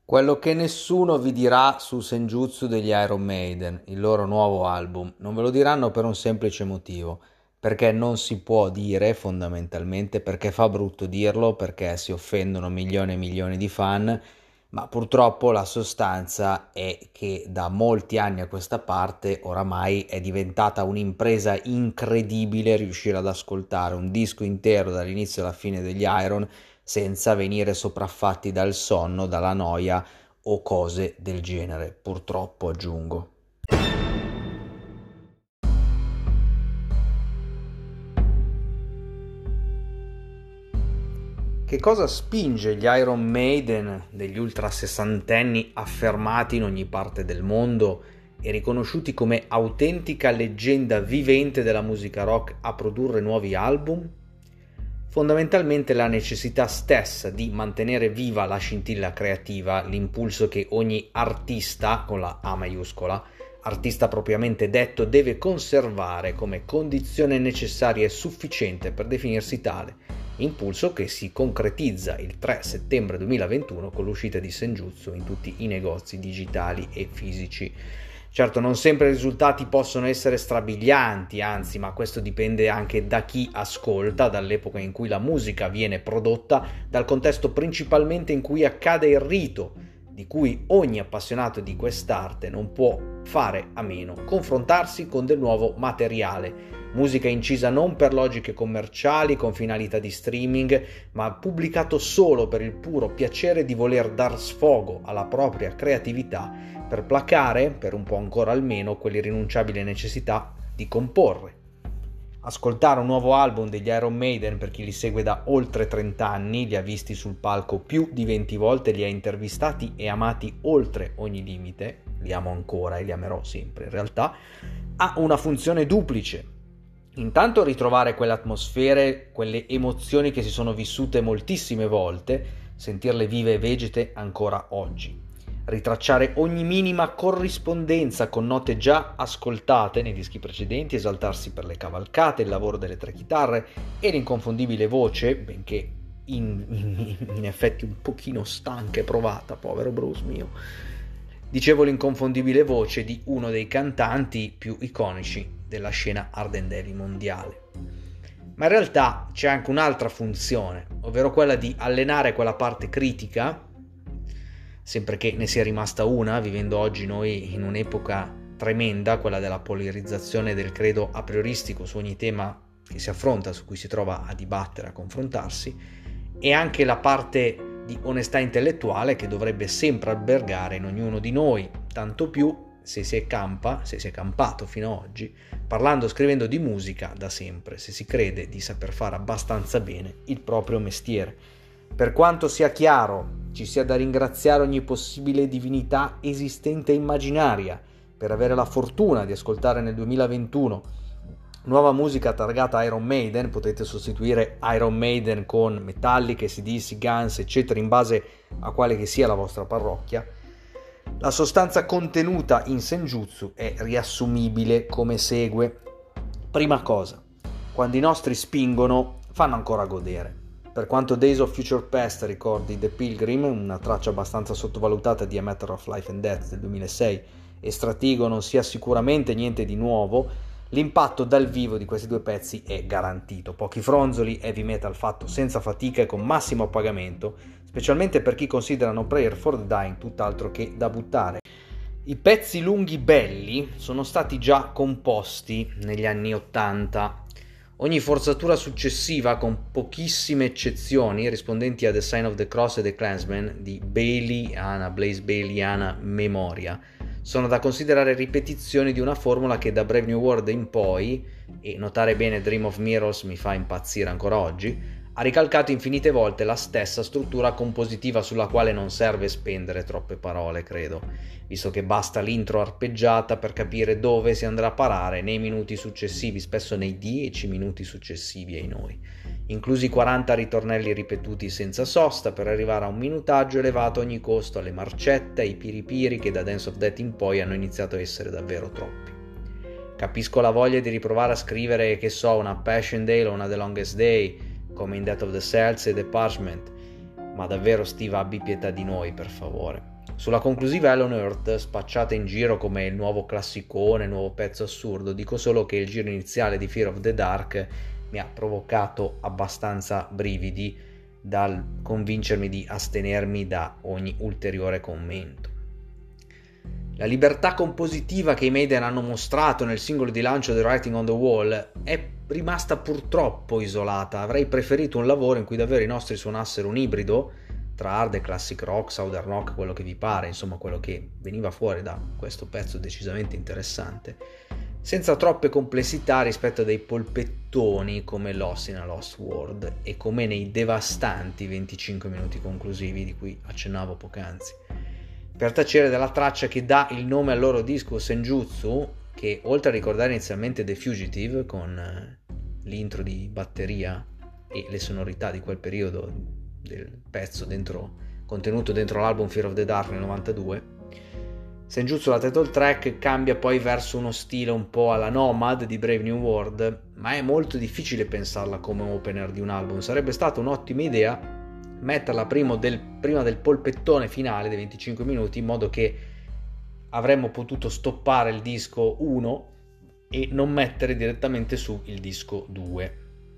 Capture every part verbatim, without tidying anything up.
Quello che nessuno vi dirà su Senjutsu degli Iron Maiden, il loro nuovo album, non ve lo diranno per un semplice motivo, perché non si può dire fondamentalmente, perché fa brutto dirlo, perché si offendono milioni e milioni di fan, ma purtroppo la sostanza è che da molti anni a questa parte oramai è diventata un'impresa incredibile riuscire ad ascoltare un disco intero dall'inizio alla fine degli Iron senza venire sopraffatti dal sonno, dalla noia o cose del genere, purtroppo aggiungo. Che cosa spinge gli Iron Maiden, degli ultra sessantenni affermati in ogni parte del mondo e riconosciuti come autentica leggenda vivente della musica rock, a produrre nuovi album? Fondamentalmente la necessità stessa di mantenere viva la scintilla creativa, l'impulso che ogni artista, con la A maiuscola, artista propriamente detto, deve conservare come condizione necessaria e sufficiente per definirsi tale, impulso che si concretizza il tre settembre duemilaventuno con l'uscita di Senjutsu in tutti i negozi digitali e fisici. Certo, non sempre i risultati possono essere strabilianti, anzi, ma questo dipende anche da chi ascolta, dall'epoca in cui la musica viene prodotta, dal contesto principalmente in cui accade il rito, di cui ogni appassionato di quest'arte non può fare a meno, confrontarsi con del nuovo materiale, musica incisa non per logiche commerciali con finalità di streaming, ma pubblicato solo per il puro piacere di voler dar sfogo alla propria creatività per placare, per un po' ancora almeno, quell'irrinunciabile necessità di comporre. Ascoltare un nuovo album degli Iron Maiden, per chi li segue da oltre trenta anni, li ha visti sul palco più di venti volte, li ha intervistati e amati oltre ogni limite, li amo ancora e li amerò sempre in realtà, ha una funzione duplice. Intanto ritrovare quelle atmosfere, quelle emozioni che si sono vissute moltissime volte, sentirle vive e vegete ancora oggi. Ritracciare ogni minima corrispondenza con note già ascoltate nei dischi precedenti, esaltarsi per le cavalcate, il lavoro delle tre chitarre e l'inconfondibile voce, benché in, in, in effetti un pochino stanca e provata, povero Bruce mio. Dicevo l'inconfondibile voce di uno dei cantanti più iconici della scena hard and heavy mondiale. Ma in realtà c'è anche un'altra funzione, ovvero quella di allenare quella parte critica, sempre che ne sia rimasta una, vivendo oggi noi in un'epoca tremenda, quella della polarizzazione del credo a prioristico su ogni tema che si affronta, su cui si trova a dibattere, a confrontarsi, e anche la parte di onestà intellettuale che dovrebbe sempre albergare in ognuno di noi, tanto più se si è campa, se si è campato fino ad oggi, parlando, scrivendo di musica da sempre, se si crede di saper fare abbastanza bene il proprio mestiere. Per quanto sia chiaro, ci sia da ringraziare ogni possibile divinità esistente e immaginaria per avere la fortuna di ascoltare nel duemilaventuno nuova musica targata Iron Maiden. Potete sostituire Iron Maiden con Metallica, A C D C, Guns, eccetera, in base a quale che sia la vostra parrocchia. La sostanza contenuta in Senjutsu è riassumibile come segue. Prima cosa, quando i nostri spingono, fanno ancora godere. Per quanto Days of Future Past ricordi The Pilgrim, una traccia abbastanza sottovalutata di A Matter of Life and Death del duemilasei, e Stratego non sia sicuramente niente di nuovo, l'impatto dal vivo di questi due pezzi è garantito. Pochi fronzoli, heavy metal fatto senza fatica e con massimo appagamento, specialmente per chi considera No Prayer for the Dying tutt'altro che da buttare. I pezzi lunghi belli sono stati già composti negli anni ottanta. Ogni forzatura successiva, con pochissime eccezioni, rispondenti a The Sign of the Cross e The Clansman di Baileyana, Blaze Baileyana memoria, sono da considerare ripetizioni di una formula che da Brave New World in poi, e notare bene Dream of Mirrors mi fa impazzire ancora oggi, ha ricalcato infinite volte la stessa struttura compositiva sulla quale non serve spendere troppe parole, credo, visto che basta l'intro arpeggiata per capire dove si andrà a parare nei minuti successivi, spesso nei dieci minuti successivi ai noi, inclusi quaranta ritornelli ripetuti senza sosta per arrivare a un minutaggio elevato a ogni costo, alle marcette, ai piripiri che da Dance of Death in poi hanno iniziato a essere davvero troppi. Capisco la voglia di riprovare a scrivere, che so, una Passchendaele o una The Longest Day, come in Death of the Celts e The Parchment, ma davvero Steve abbi pietà di noi, per favore. Sulla conclusiva Hell on Earth, spacciata in giro come il nuovo classicone, nuovo pezzo assurdo, dico solo che il giro iniziale di Fear of the Dark mi ha provocato abbastanza brividi dal convincermi di astenermi da ogni ulteriore commento. La libertà compositiva che i Maiden hanno mostrato nel singolo di lancio The Writing on the Wall è rimasta purtroppo isolata. Avrei preferito un lavoro in cui davvero i nostri suonassero un ibrido tra hard e classic rock, southern rock, quello che vi pare, insomma quello che veniva fuori da questo pezzo decisamente interessante, senza troppe complessità rispetto a dei polpettoni come Lost in a Lost World e come nei devastanti venticinque minuti conclusivi di cui accennavo poc'anzi. Per tacere della traccia che dà il nome al loro disco Senjutsu, che oltre a ricordare inizialmente The Fugitive con l'intro di batteria e le sonorità di quel periodo del pezzo dentro, contenuto dentro l'album Fear of the Dark nel novantadue, Senjutsu, la title track, cambia poi verso uno stile un po' alla Nomad di Brave New World, ma è molto difficile pensarla come opener di un album. Sarebbe stata un'ottima idea metterla prima del, prima del polpettone finale dei venticinque minuti, in modo che avremmo potuto stoppare il disco uno e non mettere direttamente su il disco due.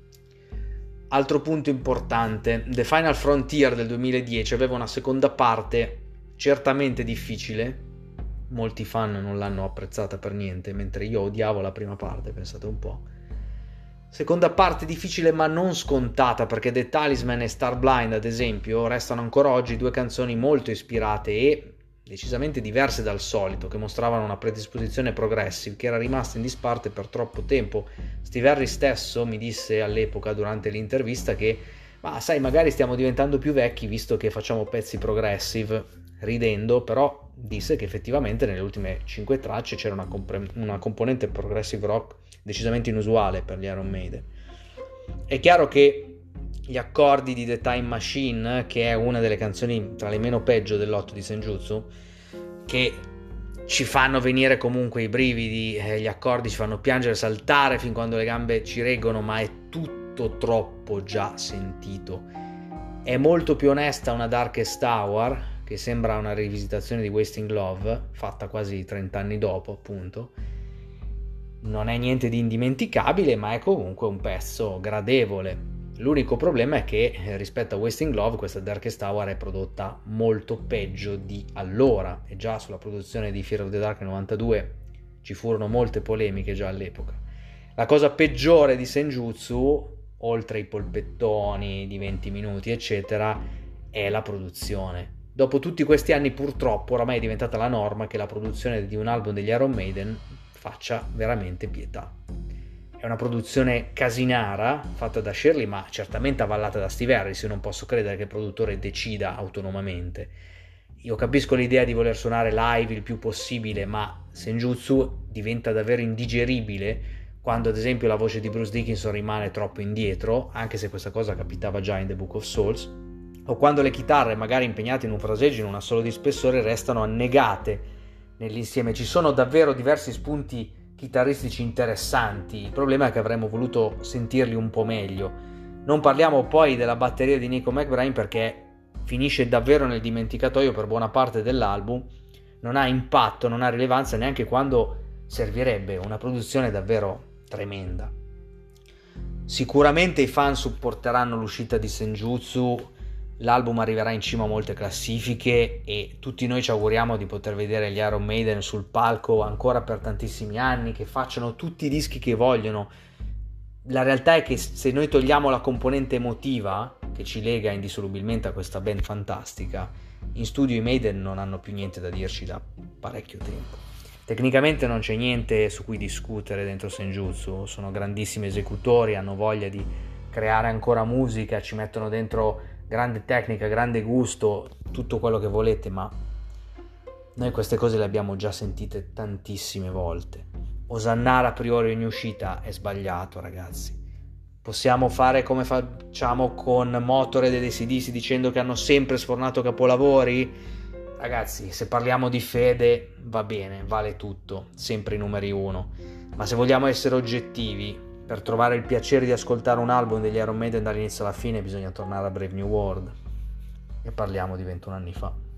Altro punto importante, The Final Frontier del duemiladieci aveva una seconda parte certamente difficile, molti fan non l'hanno apprezzata per niente, mentre io odiavo la prima parte, pensate un po'. Seconda parte difficile ma non scontata, perché The Talisman e Starblind, ad esempio, restano ancora oggi due canzoni molto ispirate e decisamente diverse dal solito, che mostravano una predisposizione progressive che era rimasta in disparte per troppo tempo. Steve Harris stesso mi disse all'epoca, durante l'intervista, che ma sai, magari stiamo diventando più vecchi visto che facciamo pezzi progressive, ridendo, però disse che effettivamente nelle ultime cinque tracce c'era una, compre- una componente progressive rock decisamente inusuale per gli Iron Maiden. È chiaro che gli accordi di The Time Machine, che è una delle canzoni tra le meno peggio dell'otto di Senjutsu, che ci fanno venire comunque i brividi, eh, gli accordi ci fanno piangere, saltare fin quando le gambe ci reggono, ma è tutto troppo già sentito. È molto più onesta una Darkest Hour, che sembra una rivisitazione di Wasting Love, fatta quasi trenta anni dopo, appunto. Non è niente di indimenticabile, ma è comunque un pezzo gradevole. L'unico problema è che rispetto a Wasting Love questa Darkest Hour è prodotta molto peggio di allora, e già sulla produzione di Fear of the Dark nel novantadue ci furono molte polemiche già all'epoca. La cosa peggiore di Senjutsu, oltre ai polpettoni di venti minuti eccetera, è la produzione. Dopo tutti questi anni purtroppo oramai è diventata la norma che la produzione di un album degli Iron Maiden faccia veramente pietà. È una produzione casinara fatta da Shirley, ma certamente avvallata da Steve Harris. Io non posso credere che il produttore decida autonomamente. Io capisco l'idea di voler suonare live il più possibile, ma Senjutsu diventa davvero indigeribile quando ad esempio la voce di Bruce Dickinson rimane troppo indietro, anche se questa cosa capitava già in The Book of Souls, o quando le chitarre, magari impegnate in un fraseggio, in un assolo di spessore, restano annegate nell'insieme. Ci sono davvero diversi spunti chitarristici interessanti, il problema è che avremmo voluto sentirli un po' meglio. Non parliamo poi della batteria di Nico McBrain, perché finisce davvero nel dimenticatoio per buona parte dell'album, non ha impatto, non ha rilevanza neanche quando servirebbe, una produzione davvero tremenda. Sicuramente i fan supporteranno l'uscita di Senjutsu, l'album arriverà in cima a molte classifiche e tutti noi ci auguriamo di poter vedere gli Iron Maiden sul palco ancora per tantissimi anni, che facciano tutti i dischi che vogliono. La realtà è che se noi togliamo la componente emotiva che ci lega indissolubilmente a questa band fantastica, in studio i Maiden non hanno più niente da dirci da parecchio tempo. Tecnicamente non c'è niente su cui discutere dentro Senjutsu, sono grandissimi esecutori, hanno voglia di creare ancora musica, ci mettono dentro grande tecnica, grande gusto, tutto quello che volete, ma noi queste cose le abbiamo già sentite tantissime volte. Osannare a priori ogni uscita è sbagliato, ragazzi. Possiamo fare come facciamo con Motorhead ed A C D C dicendo che hanno sempre sfornato capolavori? Ragazzi, se parliamo di fede va bene, vale tutto, sempre i numeri uno, ma se vogliamo essere oggettivi, per trovare il piacere di ascoltare un album degli Iron Maiden dall'inizio alla fine bisogna tornare a Brave New World, e parliamo di ventuno anni fa.